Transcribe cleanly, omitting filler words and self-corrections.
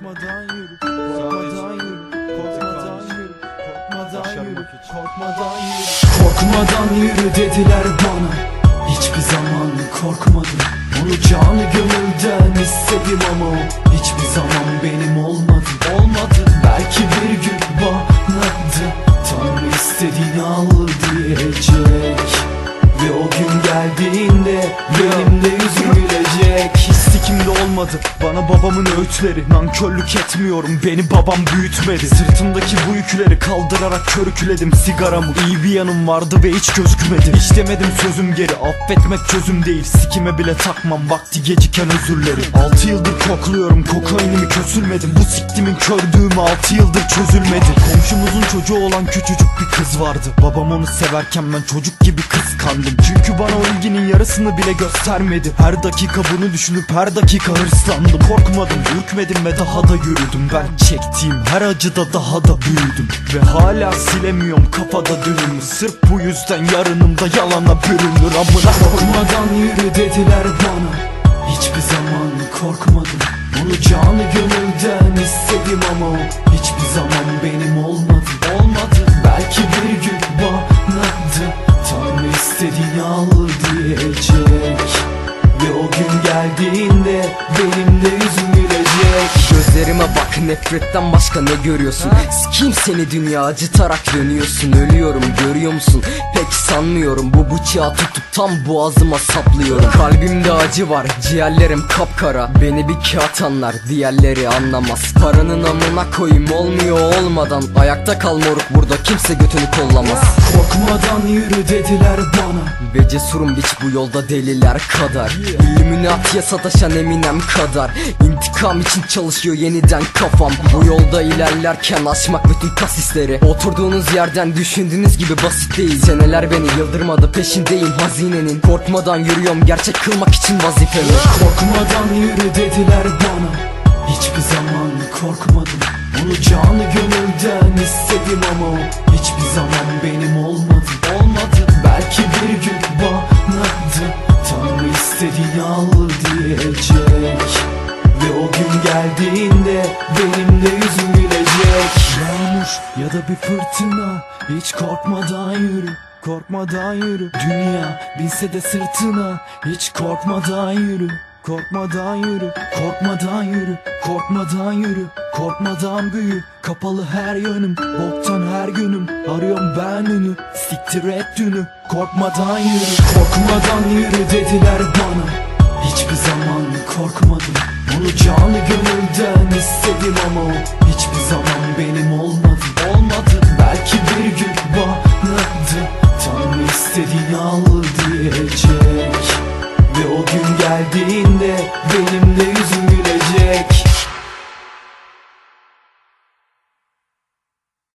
Korkmadan yürü, korkmadan yürü, korkmadan yürü, korkmadan yürü, korkmadan yürü. Korkmadan yürü dediler bana, hiçbir zaman korkmadım. Onu canı gönülden istedim ama o hiçbir zaman benim olmadı. Belki bir gün bana da Tanrı istediğini al diyecek. Ve o gün geldiğinde benim de yüzüm gülecek. Hissi kimde olmadı, bana babamın öğütleri. Nankörlük etmiyorum, beni babam büyütmedi. Sırtımdaki bu yükleri kaldırarak körükledim sigaramı. İyi bir yanım vardı ve hiç gözükmedi. Hiç demedim sözüm geri, affetmek çözüm değil. Sikime bile takmam vakti geciken özürleri. 6 yıldır kokluyorum kokainimi, kösülmedim. Bu siktimin kördüğümü 6 yıldır çözülmedi. Komşumuzun çocuğu olan küçücük bir kız vardı. Babam onu severken ben çocuk gibi kıskandım. Çünkü bana o ilginin yarısını bile göstermedi. Her dakika bunu düşünüp her dakika hırslandım. Korkmadım, ürkmedim ve daha da yürüdüm. Ben çektiğim her acıda daha da büyüdüm. Ve hala silemiyorum kafada dünümü. Sırf bu yüzden yarınımda yalana bürünür amına. Korkmadan yürü dediler bana, hiçbir zaman korkmadım. Onu canı gönülden istedim ama o hiçbir zaman benim olmadı. Belki bir gün bana da Tanrı istediğini al diyecek. Ve o gün geldiğinde benim de yüzüm gülecek. Gözlerime bak, nefretten başka ne görüyorsun? Sikeyim seni, dünya acıtarak dönüyorsun. Ölüyorum, görüyor musun? Pek sanmıyorum. Bu bıçağı tutup tam boğazıma saplıyorum. Kalbimde acı var, ciğerlerim kapkara. Beni bir kağıt anlar, diğerleri anlamaz. Paranın amına koyayım, olmuyor olmadan. Ayakta kal moruk, burada kimse götünü kollamaz. Korkmadan yürü dediler bana, Ve cesurum biç bu yolda deliler kadar. İllüminatiye sataşan Eminem kadar. İntikam için çalışıyor yeniden kafam. Bu yolda ilerlerken aşmak bütün kasisleri. Oturduğunuz yerden düşündüğünüz gibi basit değil. Seneler beni yıldırmadı, peşindeyim hazinenin. Korkmadan yürüyorum gerçek kılmak için vazifemi. Korkmadan yürü dediler bana, hiçbir zaman korkmadım. Onu canı gönülden istedim ama o hiçbir zaman benim olmadı. Belki bir gün bana da Tanrı istediğini al diyecek. Ve o gün geldiğinde benim de yüzüm gülecek. Yağmur ya da bir fırtına, hiç korkmadan yürü, korkmadan yürü. Dünya binse de sırtına, hiç korkmadan yürü, korkmadan yürü, korkmadan yürü, korkmadan yürü, korkmadan büyü. Kapalı her yönüm, boktan her günüm. Arıyorum ben ünü, siktir et dünü. Korkmadan yürü, korkmadan yürü dediler bana, hiçbir zaman korkmadım. Onu canı gönülden istedim ama o hiçbir zaman benim olmadı. Belki bir gün bana da Tanrı istediğini al diyecek. Ve o gün geldiğinde benim de yüzüm